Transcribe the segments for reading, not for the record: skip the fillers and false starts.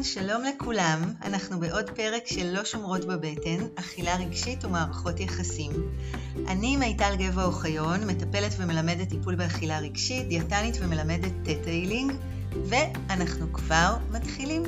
שלום לכולם, אנחנו בעוד פרק של לא שומרות בבטן, אכילה רגשית ומערכות יחסים. אני מיטל גבע אוחיון, מטפלת ומלמדת טיפול באכילה רגשית, דיאטנית ומלמדת תטא-הילינג, ואנחנו כבר מתחילים.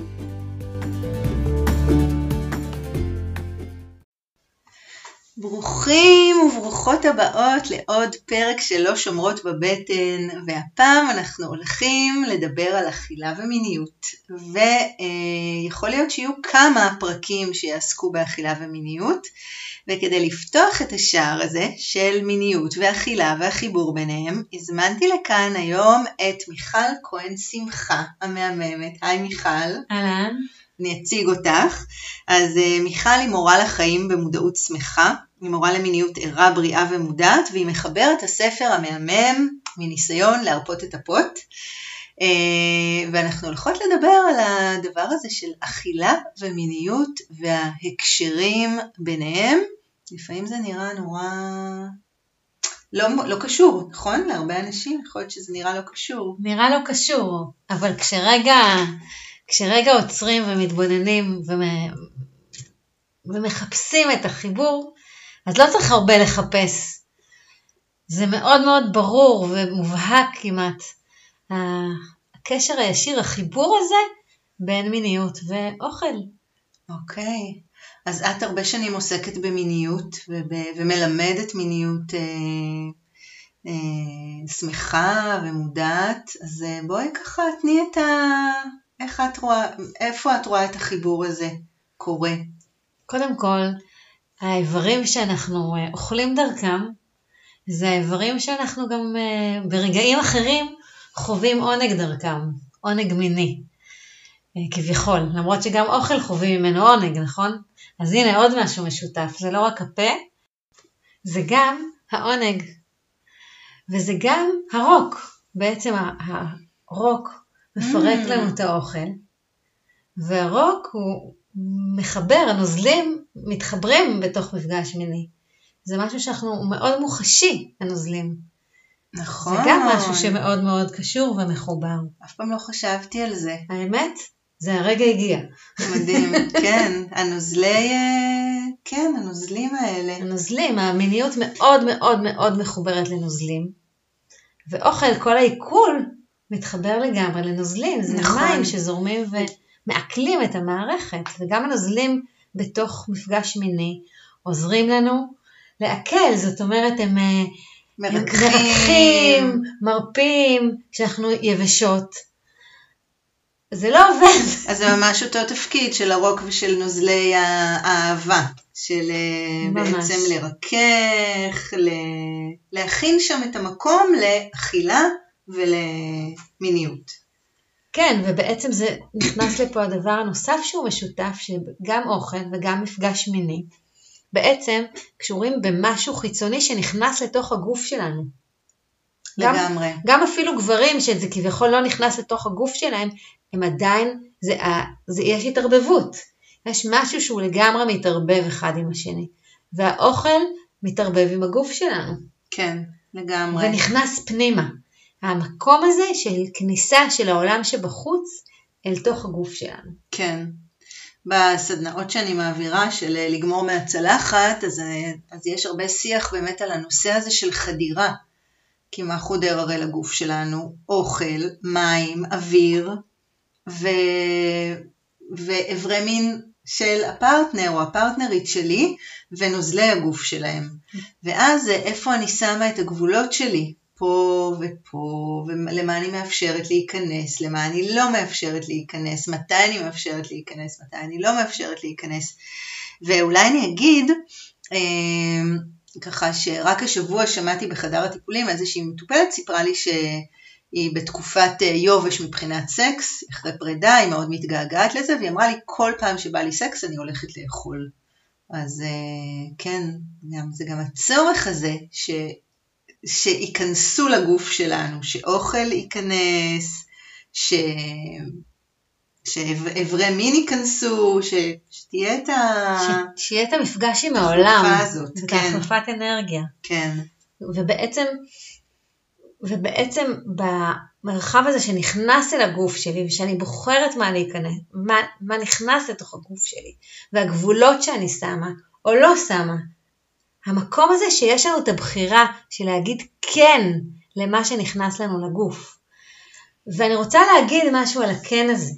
ברוכים וברוכות הבאות לעוד פרק של לא שומרות בבטן, והפעם אנחנו הולכים לדבר על אכילה ומיניות, ויכול להיות שיהיו כמה פרקים שיעסקו באכילה ומיניות, וכדי לפתוח את השער הזה של מיניות ואכילה והחיבור ביניהם, הזמנתי לכאן היום את מיכל כהן שמחה המהממת. היי מיכל. אהלן. אני אציג אותך. אז מיכל היא מורה לחיים במודעות שמחה, היא מורה למיניות ערה, בריאה ומודעת, והיא מחברת הספר המהמם מניסיון להרפות את הפות, ואנחנו הולכות לדבר על הדבר הזה של אכילה ומיניות וההקשרים ביניהם. לפעמים זה נראה נורא לא קשור, נכון? להרבה אנשים יכול להיות שזה נראה לא קשור. נראה לא קשור, אבל כשרגע עוצרים ומתבוננים ומחפשים את החיבור, אז לא צריך הרבה לחפש. זה מאוד מאוד ברור ומובהק כמעט. הקשר הישיר, החיבור הזה בין מיניות ואוכל. אוקיי. אז את הרבה שנים עוסקת במיניות ומלמדת מיניות שמחה ומודעת. אז בואי ככה תני את איפה את רואה את החיבור הזה קורה? קודם כל, האיברים שאנחנו אוכלים דרכם, זה האיברים שאנחנו גם ברגעים אחרים חווים עונג דרכם, עונג מיני, כביכול, למרות שגם אוכל חווים ממנו עונג, נכון? אז הנה עוד משהו משותף, זה לא רק הפה, זה גם העונג, וזה גם הרוק, בעצם הרוק מפרק לנו את האוכל, והרוק הוא מחבר, הנוזלים מתחברים בתוך מפגש מיני. זה משהו שאנחנו מאוד מוחשי, הנוזלים. נכון. זה גם משהו שמאוד מאוד קשור ומחובר. אף פעם לא חשבתי על זה. האמת, זה הרגע הגיע. מדהים, כן. הנוזלים האלה. הנוזלים, המיניות מאוד מאוד מאוד מחוברת לנוזלים. ואוכל, כל העיכול מתחבר לגמרי לנוזלים. זה נכון. מים שזורמים ומעכלים את המערכת. וגם הנוזלים בתוך מפגש מיני עוזרים לנו לעכל. זאת אומרת, הם מרככים, מרפים, כשאנחנו יבשות. זה לא עובד. אז זה ממש אותו תפקיד של הרוק ושל נוזלי האהבה. של בעצם לרכך, להכין שם את המקום לאכילה ולמיניות. כן, ובעצם זה נכנס לפה הדבר הנוסף שהוא משותף, שגם אוכל וגם מפגש מיני, בעצם קשורים במשהו חיצוני שנכנס לתוך הגוף שלנו. לגמרי. גם אפילו גברים שזה כביכול לא נכנס לתוך הגוף שלהם, הם עדיין, יש התערבבות. יש משהו שהוא לגמרי מתערבב אחד עם השני. והאוכל מתערבב עם הגוף שלנו. כן, לגמרי. ונכנס פנימה. המקום הזה של כניסה של העולם שבחוץ אל תוך הגוף שלנו. כן. בסדנאות שאני מעבירה של לגמור מהצלחת, אז יש הרבה שיח באמת על הנושא הזה של חדירה. כי מה חודר הרי לגוף שלנו? אוכל, מים, אוויר, ואיברי מין של הפרטנר או הפרטנרית שלי, ונוזלי הגוף שלהם. ואז איפה אני שמה את הגבולות שלי? פה ופה, ולמה אני מאפשרת להיכנס, למה אני לא מאפשרת להיכנס, מתי אני מאפשרת להיכנס, מתי אני לא מאפשרת להיכנס. ואולי אני אגיד, ככה שרק השבוע שמעתי בחדר הטיפולים, איזושהי מטופלת סיפרה לי שהיא בתקופת יובש מבחינת סקס, אחרי פרידה, היא מאוד מתגעגעת לזה, והיא אמרה לי, כל פעם שבא לי סקס אני הולכת לאכול. אז כן, זה גם הצורך הזה שיכנסו לגוף שלנו, שאוכל ייכנס, שאיברי מין ייכנסו, שתהיה את המפגש עם העולם, הזאת, את החלפת אנרגיה. כן. ובעצם ובעצם במרחב הזה שנכנס אל הגוף שלי, ושאני בוחרת מה להיכנס, מה נכנס לתוך הגוף שלי, והגבולות שאני שמה או לא שמה, המקום הזה שיש לנו את הבחירה של להגיד כן למה שנכנס לנו לגוף. ואני רוצה להגיד משהו על הכן הזה.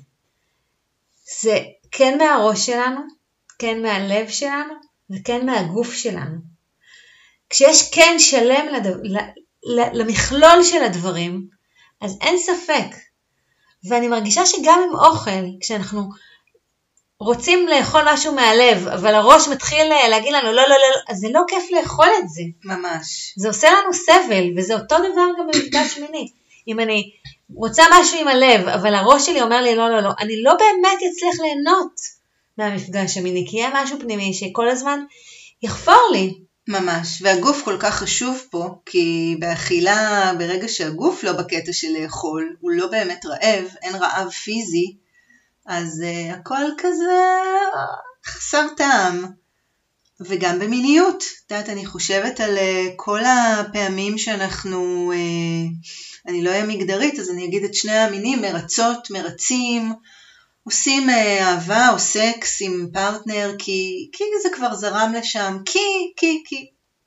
זה כן מהראש שלנו, כן מהלב שלנו, וכן מהגוף שלנו. כשיש כן שלם למכלול של הדברים, אז אין ספק. ואני מרגישה שגם עם אוכל, כשאנחנו רוצים לאכול משהו מהלב, אבל הראש מתחיל להגיד לנו, לא, לא, לא, אז זה לא כיף לאכול את זה. ממש. זה עושה לנו סבל, וזה אותו דבר גם במפגש מיני. אם אני רוצה משהו עם הלב, אבל הראש שלי אומר לי, לא, לא, לא, אני לא באמת אצליח ליהנות מהמפגש המיני, כי יהיה משהו פנימי שכל הזמן יחפור לי. ממש, והגוף כל כך חשוב פה, כי באכילה, ברגע שהגוף לא בקטע של לאכול, הוא לא באמת רעב, אין רעב פיזי, אז הכל כזה חסר טעם. וגם במיניות, יודעת, אני חושבת על כל הפעמים שאנחנו, אני לא אהיה מגדרית, אז אני אגיד את שני המינים, מרצות, מרצים, עושים אהבה או סקס עם פרטנר, כי זה כבר זרם לשם, כי,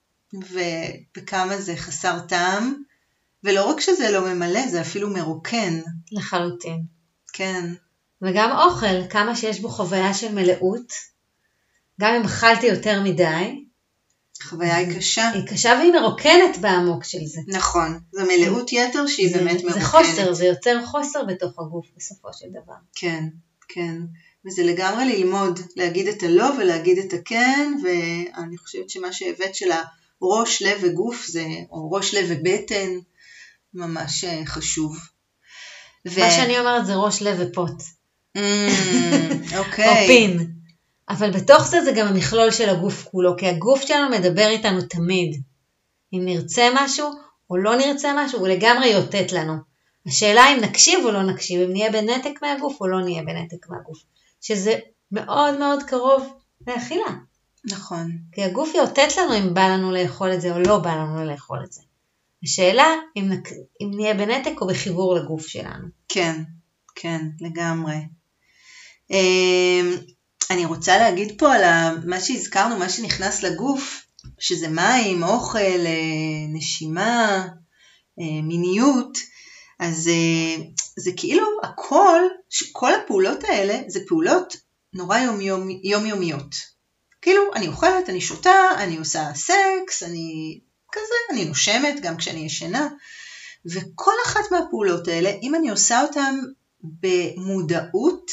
וכמה זה חסר טעם, ולא רק שזה לא ממלא, זה אפילו מרוקן. לחלוטין. כן. וגם אוכל, כמה שיש בו חוויה של מלאות, גם אם אכלתי יותר מדי, החוויה היא קשה. היא קשה והיא מרוקנת בעמוק של זה. נכון, זו מלאות יתר שהיא באמת מרוקנת. זה חוסר, זה יוצר חוסר בתוך הגוף בסופו של דבר. כן, כן. וזה לגמרי ללמוד, להגיד את הלא ולהגיד את הכן, ואני חושבת שמה שהבאת של הראש, לב וגוף, זה, או ראש לב ובטן, ממש חשוב. מה שאני אומרת זה ראש לב ופוט. אוקיי. או פין. אבל בתוך זה גם המכלול של הגוף כולו, כי הגוף שלנו מדבר איתנו תמיד. אם נרצה משהו או לא נרצה משהו, הוא לגמרי יוטט לנו. השאלה אם נקשיב או לא נקשיב, אם נהיה בנתק מהגוף או לא נהיה בנתק מהגוף. שזה מאוד מאוד קרוב לאכילה. נכון. כי הגוף יוטט לנו אם בא לנו לאכול את זה או לא בא לנו לאכול את זה. השאלה אם נהיה בנתק או בחיבור לגוף שלנו. כן, כן, לגמרי. אני רוצה להגיד פה על מה שהזכרנו, מה שנכנס לגוף, שזה מים, אוכל, נשימה, מיניות, אז זה כאילו הכל, כל הפעולות האלה, זה פעולות נורא יומיומיות. כאילו אני אוכלת, אני שותה, אני עושה סקס, אני נושמת גם כשאני ישנה, וכל אחת מהפעולות האלה, אם אני עושה אותן במודעות,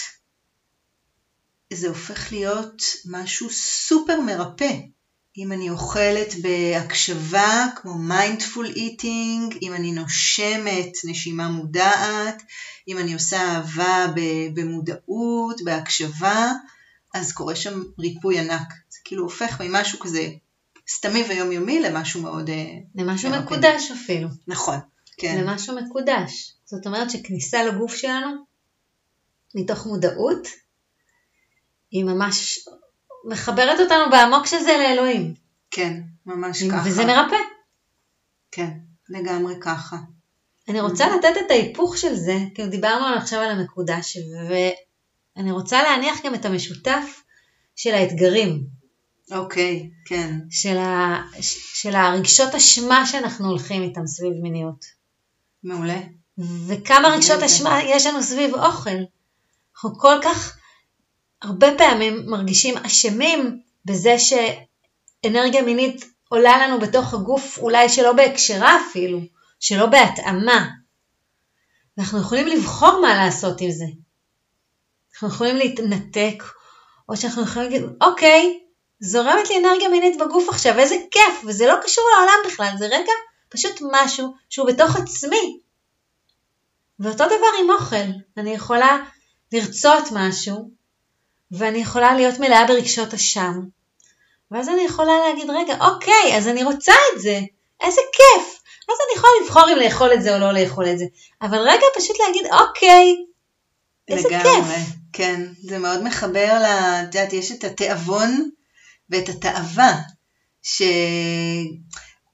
זה הופך להיות משהו סופר מרפא. אם אני אוכלת בהקשבה, כמו mindful eating, אם אני נושמת, נשימה מודעת, אם אני עושה אהבה במודעות, בהקשבה, אז קורה שם ריפוי ענק. זה כאילו הופך ממשהו כזה סתמי ויומיומי למשהו מאוד למשהו מרפא. מקודש אפילו. נכון, כן. למשהו מקודש. זאת אומרת שכניסה לגוף שלנו, מתוך מודעות, היא ממש מחברת אותנו בעמוק שזה לאלוהים. כן, ממש ככה. וזה מרפא. כן, לגמרי ככה. אני רוצה לתת את ההיפוך של זה, כי דיברנו עכשיו על המקודש, ואני רוצה להניח גם את המשותף של האתגרים. אוקיי, כן. של הרגשות אשמה שאנחנו הולכים איתם סביב מיניות. מעולה. וכמה רגשות אשמה יש לנו סביב אוכל. אנחנו כל כך הרבה פעמים מרגישים אשמים בזה שאנרגיה מינית עולה לנו בתוך הגוף, אולי שלא בהקשרה אפילו, שלא בהתאמה. אנחנו יכולים לבחור מה לעשות עם זה. אנחנו יכולים להתנתק, או שאנחנו יכולים להגיד, אוקיי, זורמת לי אנרגיה מינית בגוף עכשיו, איזה כיף, וזה לא קשור לעולם בכלל, זה רגע פשוט משהו שהוא בתוך עצמי. ואותו דבר עם אוכל, אני יכולה לרצות משהו, ואני יכולה להיות מלאה ברגשות אשם. ואז אני יכולה להגיד, רגע, אוקיי, אז אני רוצה את זה. איזה כיף. אז אני יכולה לבחור אם לאכול את זה או לא לאכול את זה. אבל רגע פשוט להגיד, אוקיי, איזה לגמרי, כיף. כן, זה מאוד מחבר לדעת, יש את התאבון ואת התאווה,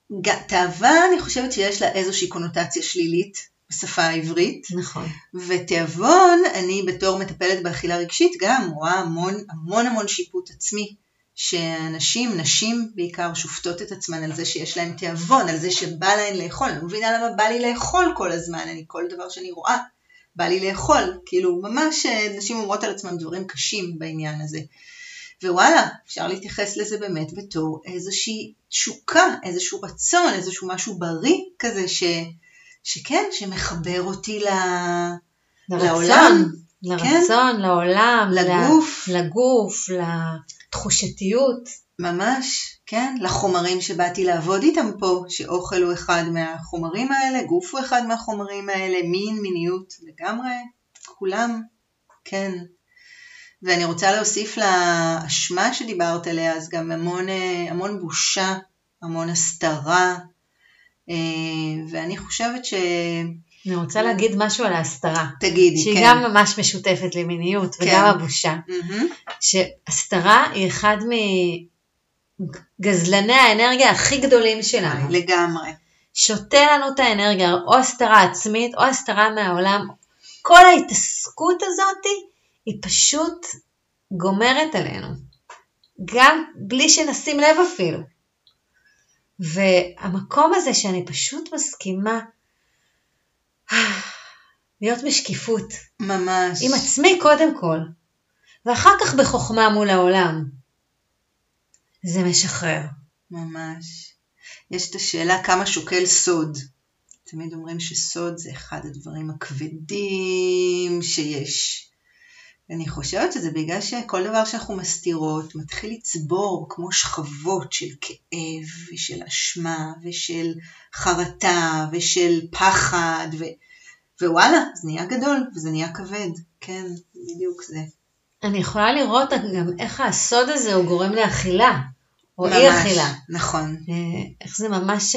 תאווה, אני חושבת שיש לה איזושהי קונוטציה שלילית בשפה העברית. נכון. ותיאבון, אני בתור מטפלת באכילה רגשית, גם רואה המון שיפוט עצמי, שאנשים, נשים בעיקר, שופטות את עצמן על זה שיש להם תיאבון, על זה שבא להן לאכול. אני מבינה למה בא לי לאכול כל הזמן, כל דבר שאני רואה, בא לי לאכול. כאילו, ממש נשים אומרות על עצמן דברים קשים בעניין הזה. ווואלה, אפשר להתייחס לזה באמת בתור איזושהי תשוקה, איזשהו רצון, איזשהו משהו בריא כזה, שכן, שמחבר אותי לעולם. לרצון, לעולם, לגוף, לתחושתיות. ממש, כן, לחומרים שבאתי לעבוד איתם פה, שאוכל הוא אחד מהחומרים האלה, גוף הוא אחד מהחומרים האלה, מין, מיניות, לגמרי, כולם, כן. ואני רוצה להוסיף לאשמה שדיברת עליה, אז גם המון בושה, המון הסתרה, ואני חושבת אני רוצה להגיד משהו על ההסתרה. תגידי, שהיא כן. גם ממש משותפת למיניות, כן. וגם הבושה. שהסתרה היא אחד מגזלני האנרגיה הכי גדולים שלנו. לגמרי. שותה לנו את האנרגיה, או הסתרה עצמית, או הסתרה מהעולם. כל ההתעסקות הזאת היא פשוט גומרת עלינו. גם בלי שנשים לב אפילו. והמקום הזה שאני פשוט מסכימה להיות בשקיפות. ממש. עם עצמי קודם כל. ואחר כך בחוכמה מול העולם. זה משחרר. ממש. יש את השאלה כמה שוקל סוד. תמיד אומרים שסוד זה אחד הדברים הכבדים שיש. אני חושבת שזה בגלל שכל דבר שאנחנו מסתירות מתחיל לצבור כמו שכבות של כאב ושל אשמה ושל חרטה ושל פחד ווואלה, זה נהיה גדול וזה נהיה כבד. כן, בדיוק זה. אני יכולה לראות גם איך הסוד הזה הוא גורם לאכילה או אי אכילה. נכון. איך זה ממש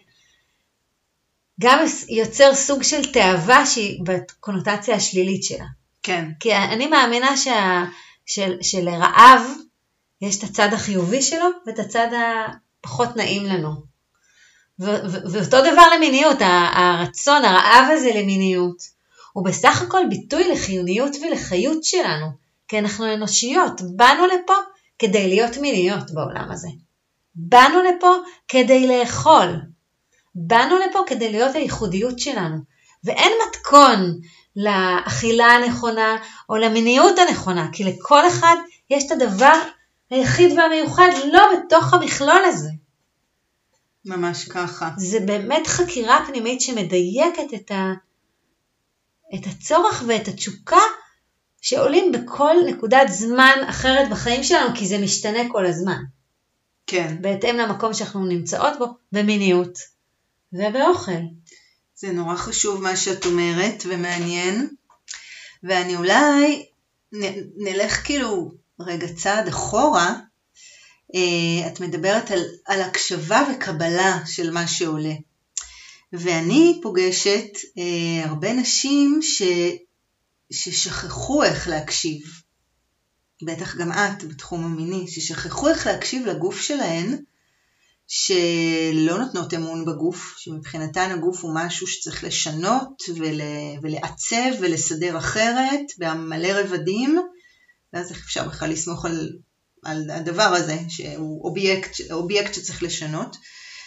גם יוצר סוג של תאווה שהיא בקונוטציה השלילית שלה. כן. כי אני מאמינה שלרעב יש את הצד החיובי שלו ואת הצד הפחות נעים לנו. ואותו דבר למיניות, הרצון, הרעב הזה למיניות, הוא בסך הכל ביטוי לחיוניות ולחיות שלנו, כי אנחנו אנושיות, באנו לפה כדי להיות מיניות בעולם הזה. באנו לפה כדי לאכול, באנו לפה כדי להיות הייחודיות שלנו, ואין מתכון לאכילה הנכונה או למיניות הנכונה, כי לכל אחד יש את הדבר היחיד והמיוחד לא בתוך המכלול הזה. ממש ככה. זה באמת חקירה פנימית שמדייקת את הצורך ואת התשוקה שעולים בכל נקודת זמן אחרת בחיים שלנו, כי זה משתנה כל הזמן. כן. בהתאם למקום שאנחנו נמצאות בו, במיניות ובאוכל. זה נורא חשוב מה שאת אומרת ומעניין, ואני אולי נלך כאילו רגע צעד אחורה. את מדברת על הקשבה וקבלה של מה שעולה, ואני פוגשת הרבה נשים ששכחו איך להקשיב, בטח גם את בתחום המיני, ששכחו איך להקשיב לגוף שלהן, שלא נותנות אמון בגוף, שמבחינתן הגוף הוא משהו שצריך לשנות ולעצב ולסדר אחרת, במלא רבדים, ואז איך אפשר בכלל לסמוך על הדבר הזה, שהוא אובייקט שצריך לשנות.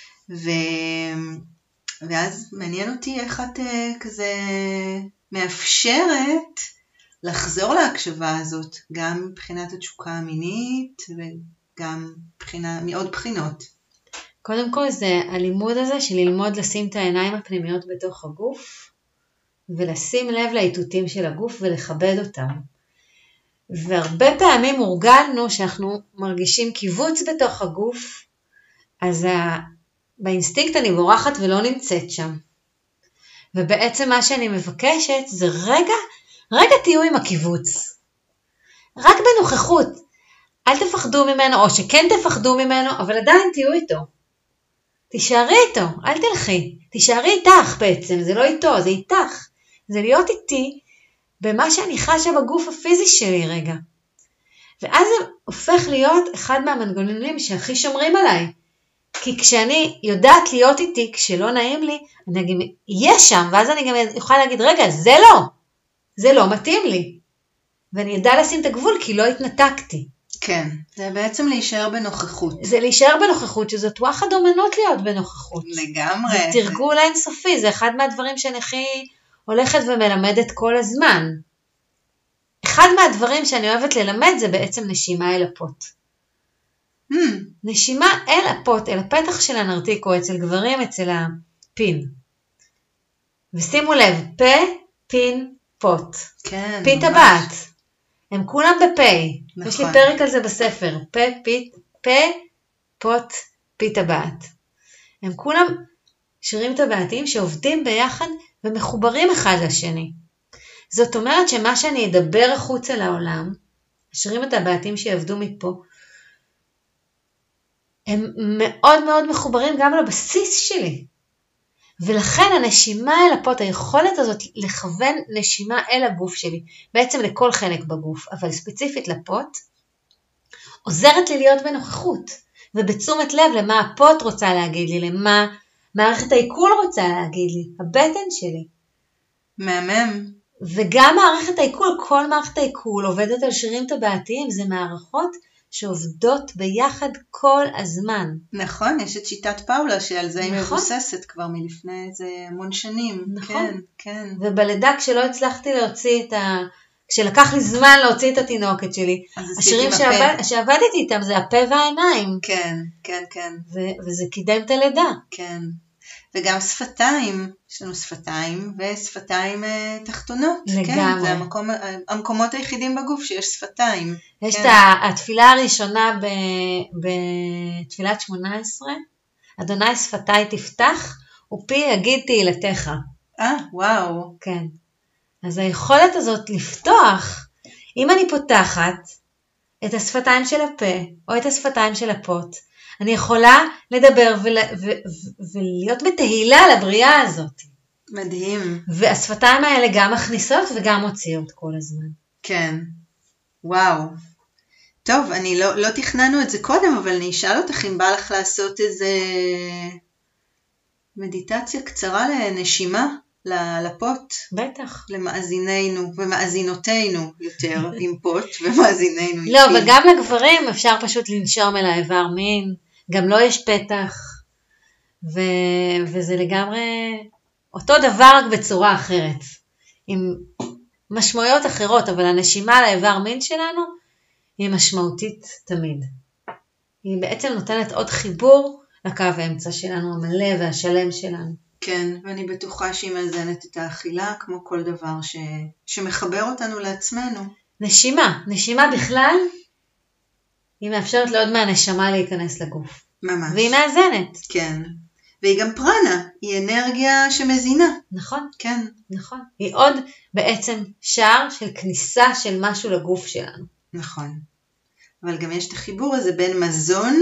ואז מעניין אותי איך את כזה מאפשרת לחזור להקשבה הזאת, גם מבחינת התשוקה המינית, וגם מעוד בחינות. קודם כל זה הלימוד הזה של ללמוד לשים את העיניים הפנימיות בתוך הגוף, ולשים לב לאיתותים של הגוף ולכבד אותם. והרבה פעמים הורגלנו שאנחנו מרגישים קיבוץ בתוך הגוף, אז באינסטינקט אני בורחת ולא נמצאת שם. ובעצם מה שאני מבקשת זה רגע תהיו עם הקיבוץ. רק בנוכחות. אל תפחדו ממנו, או שכן תפחדו ממנו, אבל עדיין תהיו איתו. תישארי איתו, אל תלכי. תישארי איתך בעצם, זה לא איתו, זה איתך. זה להיות איתי במה שאני חשה בגוף הפיזי שלי רגע. ואז זה הופך להיות אחד מהמנגנונים שהכי שומרים עליי. כי כשאני יודעת להיות איתי, כשלא נעים לי, אני גם אהיה שם, ואז אני גם אוכל להגיד, רגע, זה לא מתאים לי. ואני ידע לשים את הגבול, כי לא התנתקתי. כן, זה בעצם להישאר בנוכחות. זה להישאר בנוכחות, שזאת וואחד אומנות להיות בנוכחות. לגמרי. זה תרגול אינסופי, זה אחד מהדברים שאני הכי הולכת ומלמדת כל הזמן. אחד מהדברים שאני אוהבת ללמד, זה בעצם נשימה אל הפות. נשימה אל הפות, אל הפתח של הנרתיק, או אצל גברים, אצל הפין. ושימו לב, פה, פין, פוט. כן, פי טבעת. הם כולם בפי. נכון. יש לי פרק על זה בספר. פה, פוט, פי טבעת. הם כולם שירים טבעתיים שעובדים ביחד ומחוברים אחד לשני. זאת אומרת שמה שאני אדבר החוצה לעולם, השירים הטבעתיים שיעבדו מפה, הם מאוד מאוד מחוברים גם לבסיס שלי. ולכן הנשימה אל הפות, היכולת הזאת לכוון נשימה אל הגוף שלי, בעצם לכל חלק בגוף, אבל ספציפית לפות, עוזרת לי להיות בנוכחות, ובתשומת לב למה הפות רוצה להגיד לי, למה מערכת העיכול רוצה להגיד לי, הבטן שלי. מהמם. וגם מערכת העיכול, כל מערכת העיכול עובדת על שירים טבעתיים, זה מערכות שעובדות ביחד כל הזמן. נכון, יש את שיטת פאולה שעל זה היא נכון. מבוססת כבר מלפני איזה המון שנים. נכון. כן, כן. ובלידה כשלא הצלחתי להוציא כשלקח לי זמן להוציא את התינוקת שלי, השירים שעבדתי איתם זה הפה והעיניים. כן, כן, כן. וזה קידם את הלידה. כן. וגם שפתיים, יש לנו שפתיים ושפתיים תחתונות. לגמרי. כן, זה המקומות היחידים בגוף שיש שפתיים. יש כן. את התפילה הראשונה בתפילת 18, אדוני שפתיי תפתח ופי יגיד תהילתך. וואו. כן. אז היכולת הזאת לפתוח, אם אני פותחת את השפתיים של הפה או את השפתיים של הפות, אני יכולה לדבר ולהיות בתהילה על הבריאה הזאת. מדהים. והשפתיים האלה גם מכניסות וגם מוציאות כל הזמן. כן. וואו. טוב, לא תכננו את זה קודם, אבל אני אשאל אותך אם בא לך לעשות איזה מדיטציה קצרה לנשימה, לפות. בטח. למאזינינו ומאזינותינו יותר עם פות ומאזינינו. לא, וגם לגברים אפשר פשוט לנשום אל האיבר מין, גם לא יש פתח, וזה לגמרי אותו דבר רק בצורה אחרת, עם משמעויות אחרות, אבל הנשימה על האיבר מין שלנו היא משמעותית תמיד. היא בעצם נותנת עוד חיבור לקו האמצע שלנו, המלא והשלם שלנו. כן, ואני בטוחה שהיא מאזנת את האכילה, כמו כל דבר שמחבר אותנו לעצמנו. נשימה בכלל, היא מאפשרת לעוד מהנשמה להיכנס לגוף. ממש. והיא מאזנת. כן. והיא גם פרנה, היא אנרגיה שמזינה. נכון. כן. נכון. היא עוד בעצם שער של כניסה של משהו לגוף שלנו. נכון. אבל גם יש את החיבור הזה בין מזון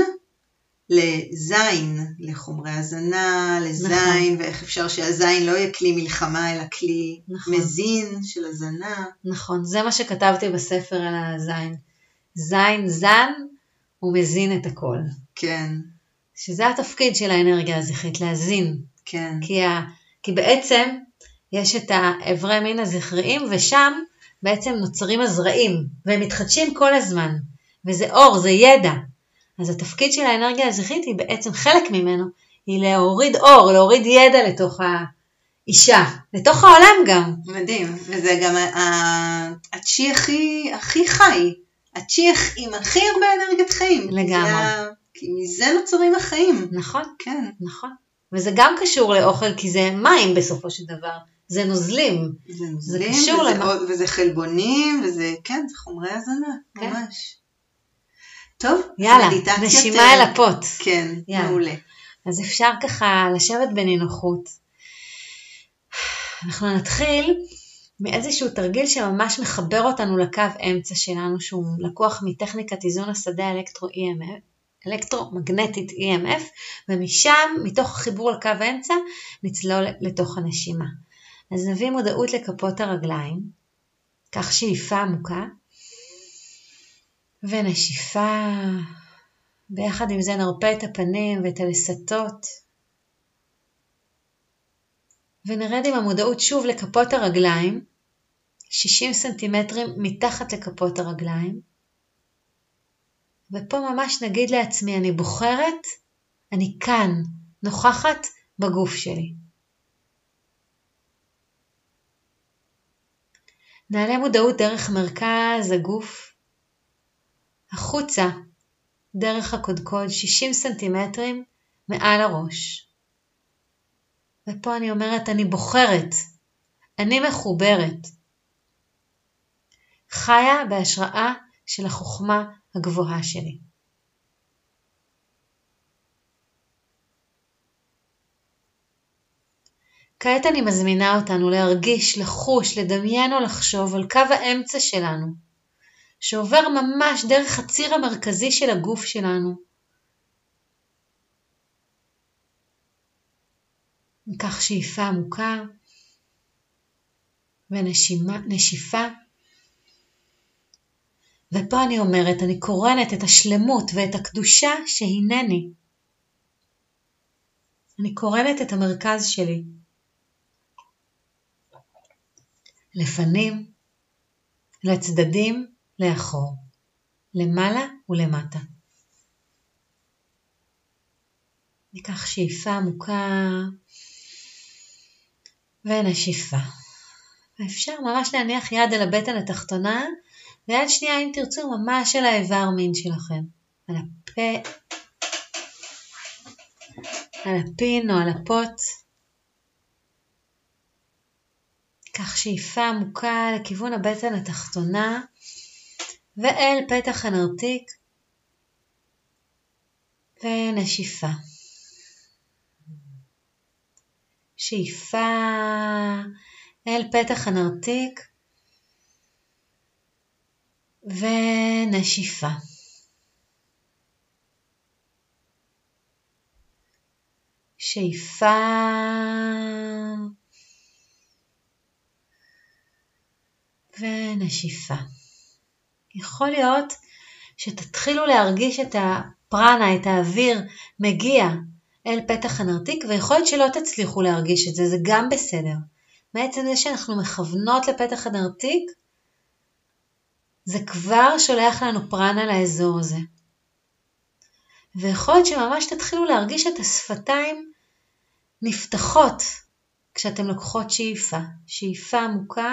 לזין, לחומרי הזנה, לזין, נכון. ואיך אפשר שהזין לא יהיה כלי מלחמה, אלא כלי נכון. מזין של הזנה. נכון, זה מה שכתבתי בספר על הזין. זין זן, הוא מזין את הכל. כן. שזה התפקיד של האנרגיה הזכרית, להזין. כן. כי בעצם יש את האיברי מין הזכריים, ושם בעצם נוצרים הזרעים, והם מתחדשים כל הזמן. וזה אור, זה ידע. אז התפקיד של האנרגיה הזכרית היא בעצם חלק ממנו, היא להוריד אור, להוריד ידע לתוך האישה, לתוך העולם גם. מדהים, וזה גם הצ'י הכי חי, הצ'י עם הכי הרבה אנרגיית חיים. לגמרי. כי מזה נוצרים החיים. נכון. כן. נכון. וזה גם קשור לאוכל, כי זה מים בסופו של דבר. זה נוזלים. זה נוזלים, וזה חלבונים, וזה, כן, זה חומרי הזנה, כן. ממש. טוב, יאללה, נשימה אל הפות. כן, יאללה. מעולה. אז אפשר ככה לשבת בנינוחות. אנחנו נתחיל מאיזשהו תרגיל שממש מחבר אותנו לקו אמצע שלנו, שהוא לקוח מטכניקת איזון השדה אלקטרומגנטית EMF, ומשם, מתוך החיבור לקו האמצע, נצלול לתוך הנשימה. אז נביא מודעות לכפות הרגליים, כך שאיפה עמוקה, ונשיפה ביחד עם זה נרפה את הפנים ואת הלסתות. ונרד עם המודעות שוב לכפות הרגליים, 60 סנטימטרים מתחת לכפות הרגליים. ופה ממש נגיד לעצמי, אני בוחרת, אני כאן, נוכחת בגוף שלי. נעלה מודעות דרך מרכז הגוף, החוצה, דרך הקודקוד, 60 סנטימטרים מעל הראש. ופה אני אומרת, אני בוחרת, אני מחוברת. חיה בהשראה של החוכמה הגבוהה שלי. כעת אני מזמינה אותנו להרגיש, לחוש, לדמיין או לחשוב על קו האמצע שלנו, שעובר ממש דרך הציר המרכזי של הגוף שלנו. ניקח שאיפה עמוקה ונשיפה. ופה אני אומרת, אני קורנת את השלמות ואת הקדושה שהינני. אני קורנת את המרכז שלי. לפנים, לצדדים, לאחור, למעלה ולמטה. ניקח שאיפה עמוקה ונשיפה. ואפשר ממש להניח יד על הבטן התחתונה, ויד שנייה אם תרצו ממש על האיבר מין שלכם. על הפה, על הפין או על הפוט. קח שאיפה עמוקה לכיוון הבטן התחתונה, ואל פתח הנרתיק, ונשיפה. שאיפה אל פתח הנרתיק, ונשיפה. שאיפה ונשיפה. יכול להיות שתתחילו להרגיש את הפרנה, את האוויר מגיע אל פתח הנרתיק, ויכול להיות שלא תצליחו להרגיש את זה, זה גם בסדר. בעצם זה שאנחנו מכוונות לפתח הנרתיק, זה כבר שולח לנו פרנה לאזור הזה. ויכול להיות שממש תתחילו להרגיש את השפתיים נפתחות כשאתם לוקחות שאיפה. שאיפה עמוקה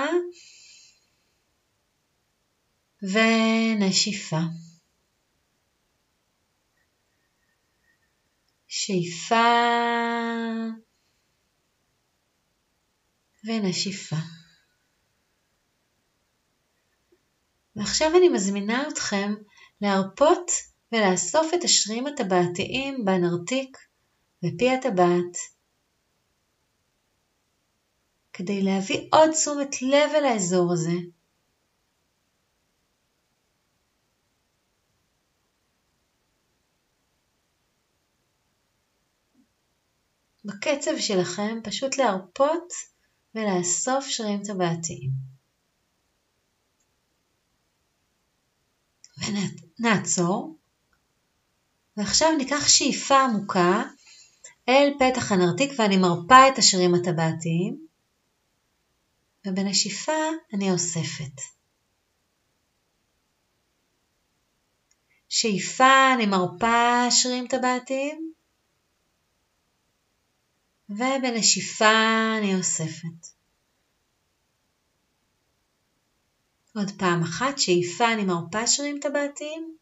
ונשיפה. שאיפה ונשיפה. ועכשיו אני מזמינה אתכם להרפות ולאסוף את השרירים הטבעתיים בנרתיק ופי הטבעת, כדי להביא עוד תשומת לב אל האזור הזה. בקצב שלכם פשוט להרפות ולאסוף שרירים טבעתיים. ונעצור. ועכשיו ניקח שאיפה עמוקה אל פתח הנרתיק ואני מרפה את השרירים הטבעתיים. ובנשיפה אני אוספת. שאיפה אני מרפה שרירים טבעתיים. ובנשיפה אני אוספת. עוד פעם אחת, שאיפה אני מרפה שרירים טבעתיים.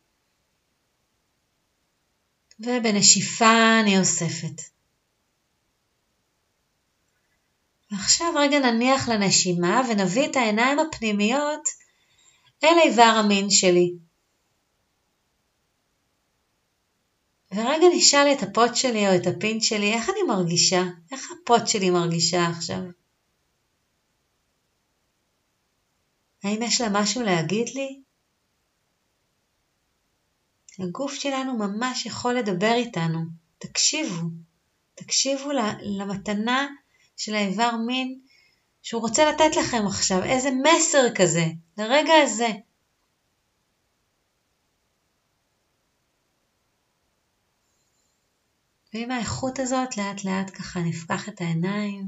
ובנשיפה אני אוספת. ועכשיו רגע נניח לנשימה ונביא את העיניים הפנימיות אל איבר המין שלי. ורגע נשאל את הפוט שלי או את הפין שלי, איך אני מרגישה? איך הפוט שלי מרגישה עכשיו? האם יש לה משהו להגיד לי? הגוף שלנו ממש יכול לדבר איתנו. תקשיבו למתנה של האיבר מין שהוא רוצה לתת לכם עכשיו. איזה מסר כזה, לרגע הזה. ועם האיכות הזאת לאט לאט ככה נפקח את העיניים,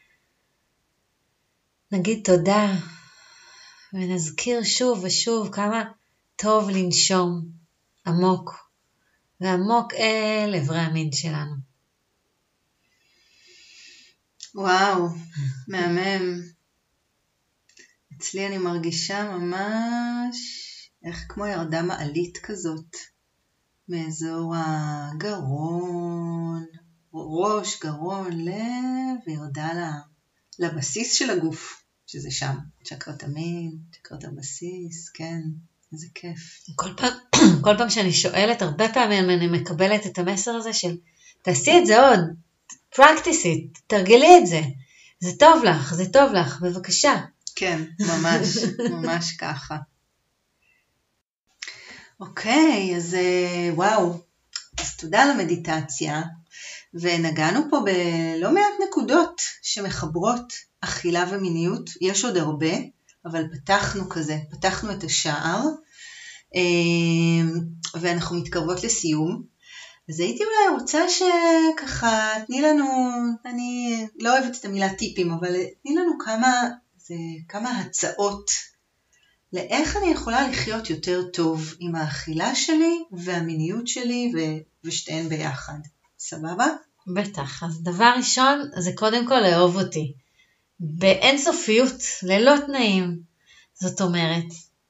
נגיד תודה, ונזכיר שוב ושוב כמה טוב לנשום עמוק, ועמוק אל עברי המין שלנו. וואו, מהמם. אצלי אני מרגישה ממש איך כמו ירדה מעלית כזאת, מאזור הגרון, ראש, גרון, לב, וירדה לבסיס של הגוף, שזה שם, צ'קרת המין, צ'קרת הבסיס, כן, איזה כיף. כל פעם שאני שואלת, הרבה פעמים אני מקבלת את המסר הזה של, תעשי את זה עוד, practice it, תרגלי את זה, זה טוב לך, זה טוב לך, בבקשה. כן, ממש, ממש ככה. אוקיי, אז וואו, אז תודה על המדיטציה, ונגענו פה בלא מעט נקודות שמחברות אכילה ומיניות, יש עוד הרבה, אבל פתחנו את השער, ואנחנו מתקרבות לסיום, אז הייתי אולי רוצה שככה תני לנו, אני לא אוהבת את המילה טיפים, אבל תני לנו כמה הצעות לאיך אני יכולה לחיות יותר טוב עם האכילה שלי והמיניות שלי ושתיהן ביחד. סבבה? בטח. אז דבר ראשון זה קודם כל לאהוב אותי. באינסופיות, ללא תנאים. זאת אומרת,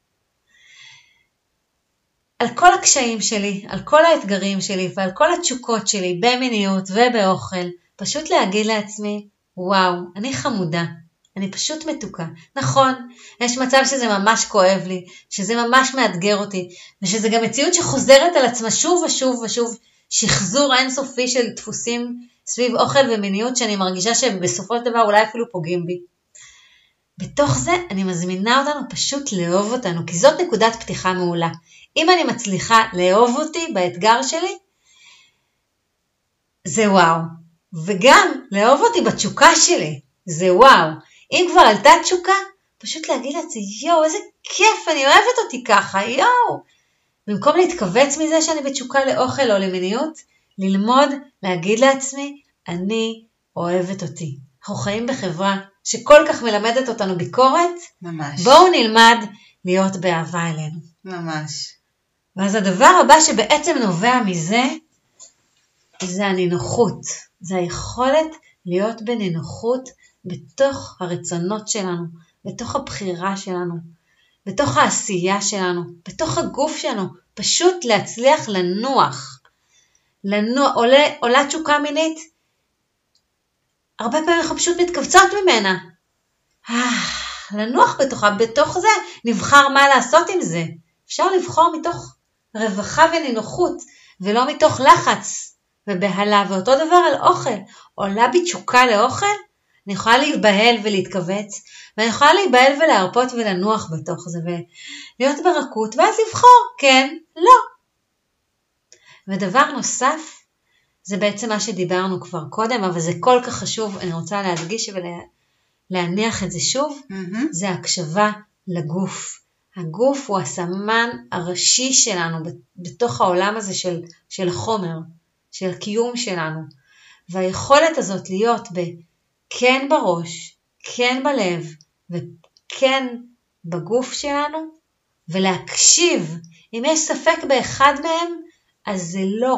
על כל הקשיים שלי, על כל האתגרים שלי ועל כל התשוקות שלי במיניות ובאוכל, פשוט להגיד לעצמי, וואו, אני חמודה. אני פשוט מתוקה. נכון, יש מצב שזה ממש כואב לי, שזה ממש מאתגר אותי, ושזה גם מציאות שחוזרת על עצמה שוב ושוב ושוב, שחזור אינסופי של דפוסים סביב אוכל ומיניות, שאני מרגישה שבסופו של דבר אולי אפילו פוגעים בי. בתוך זה אני מזמינה אותנו פשוט לאהוב אותנו, כי זאת נקודת פתיחה מעולה. אם אני מצליחה לאהוב אותי באתגר שלי, זה וואו. וגם לאהוב אותי בתשוקה שלי, זה וואו. אם כבר עלתה תשוקה, פשוט להגיד לעצמי, יואו, איזה כיף, אני אוהבת אותי ככה, יואו. במקום להתכווץ מזה שאני בתשוקה לאוכל או למיניות, ללמוד, להגיד לעצמי, אני אוהבת אותי. אנחנו חיים בחברה שכל כך מלמדת אותנו ביקורת, ממש. בואו נלמד להיות באהבה אלינו. ממש. ואז הדבר הבא שבעצם נובע מזה, זה הנינוחות. זה היכולת להיות בנינוחות בתוך הרצונות שלנו, בתוך הבחירה שלנו, בתוך העשייה שלנו, בתוך הגוף שלנו, פשוט להצליח לנוח. עולה תשוקה מינית, הרבה פעמים אנחנו פשוט מתכווצות ממנה. לנוח בתוכה, בתוך זה נבחר מה לעשות עם זה. אפשר לבחור מתוך רווחה ונינוחות, ולא מתוך לחץ ובהלה. ואותו דבר על אוכל. עולה בי תשוקה לאוכל, אני יכולה להיבהל ולהתכווץ, ואני יכולה להיבהל ולהרפות ולנוח בתוך זה, ולהיות ברכות, ואז לבחור, כן, לא. ודבר נוסף, זה בעצם מה שדיברנו כבר קודם, אבל זה כל כך חשוב, אני רוצה להדגיש ולהניח את זה שוב, זה הקשבה לגוף. הגוף הוא הסמן הראשי שלנו, בתוך העולם הזה של החומר, של הקיום שלנו, והיכולת הזאת להיות כן בראש, כן בלב, וכן בגוף שלנו, ולהקשיב. אם יש ספק באחד מהם, אז זה לא.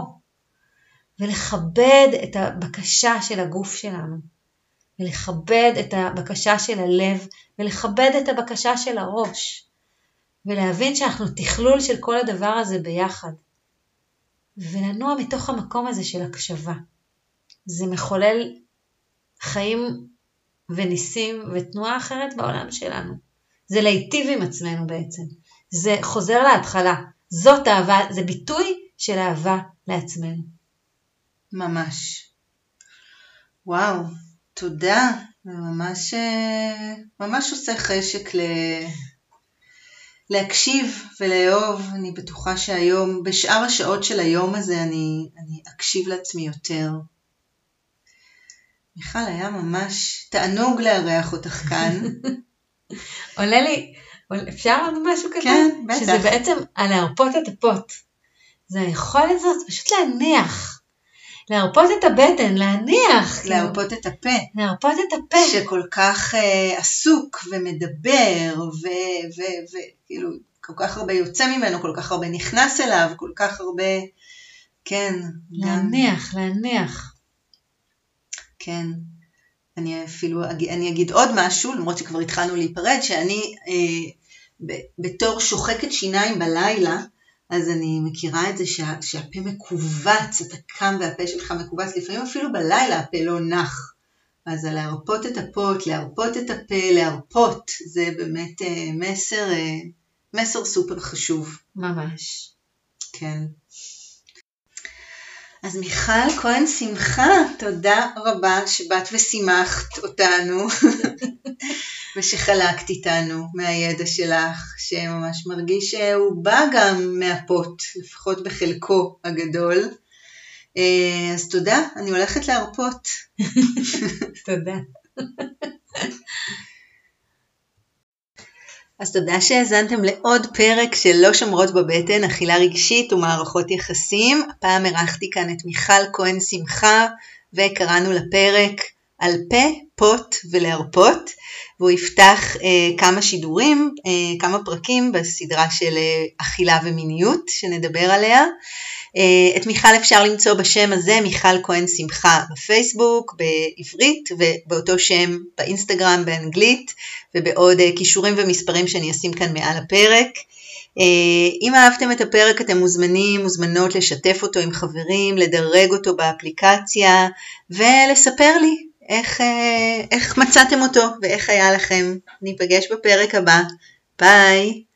ולכבד את הבקשה של הגוף שלנו, ולכבד את הבקשה של הלב, ולכבד את הבקשה של הראש, ולהבין שאנחנו תכלול של כל הדבר הזה ביחד, ולנוע מתוך המקום הזה של הקשבה. זה מחולל חיים וניסים ותנועה אחרת בעולם שלנו. זה להיטיב עם עצמנו בעצם. זה חוזר להתחלה. זאת אהבה, זה ביטוי של אהבה לעצמנו. ממש. וואו, תודה. זה ממש עושה חשק להקשיב ולאהוב. אני בטוחה שהיום, בשאר השעות של היום הזה, אני אקשיב לעצמי יותר. מיכל, היה ממש תענוג לארח אותך כאן. עולה לי, אפשר עוד משהו קטן? כן, בטח. שזה בעצם על להרפות את הפות. זה היכולת הזאת, פשוט להניח. להרפות את הבטן, להניח. להרפות את הפה. להרפות את הפה. שכל כך עסוק ומדבר, וכאילו כל כך הרבה יוצא ממנו, כל כך הרבה נכנס אליו, כל כך הרבה, כן. להניח. כן. אני אגיד עוד משהו, למרות שכבר התחלנו להיפרד, שאני בתור שוחקת שיניים בלילה, אז אני מכירה את זה שהפה מקובץ, אתה קם והפה שלך מקובץ, לפעמים אפילו בלילה הפה לא נח. אז להרפות את הפות, להרפות את הפה, להרפות, זה באמת מסר סופר חשוב. ממש. כן. אז מיכל כהן שמחה, תודה רבה שבאת ושימחת אותנו, ושחלקת איתנו מהידע שלך, שממש מרגיש שהוא בא גם מהפות, לפחות בחלקו הגדול. אז תודה, אני הולכת להרפות. תודה. אז תודה שהאזנתם לעוד פרק של לא שומרות בבטן, אכילה רגשית ומערכות יחסים. הפעם ערכתי כאן את מיכל כהן שמחה, וקראנו לפרק על פה, פות ולהרפות, והוא יפתח כמה שידורים, כמה פרקים בסדרה של אכילה ומיניות שנדבר עליה. את מיכל אפשר למצוא בשם הזה, מיכל כהן שמחה, בפייסבוק, בעברית, ובאותו שם באינסטגרם באנגלית, ובעוד קישורים ומספרים שאני אשים כאן מעל הפרק. אם אהבתם את הפרק אתם מוזמנות לשתף אותו עם חברים, לדרג אותו באפליקציה, ולספר לי איך מצאתם אותו ואיך היה לכם. ניפגש בפרק הבא. ביי.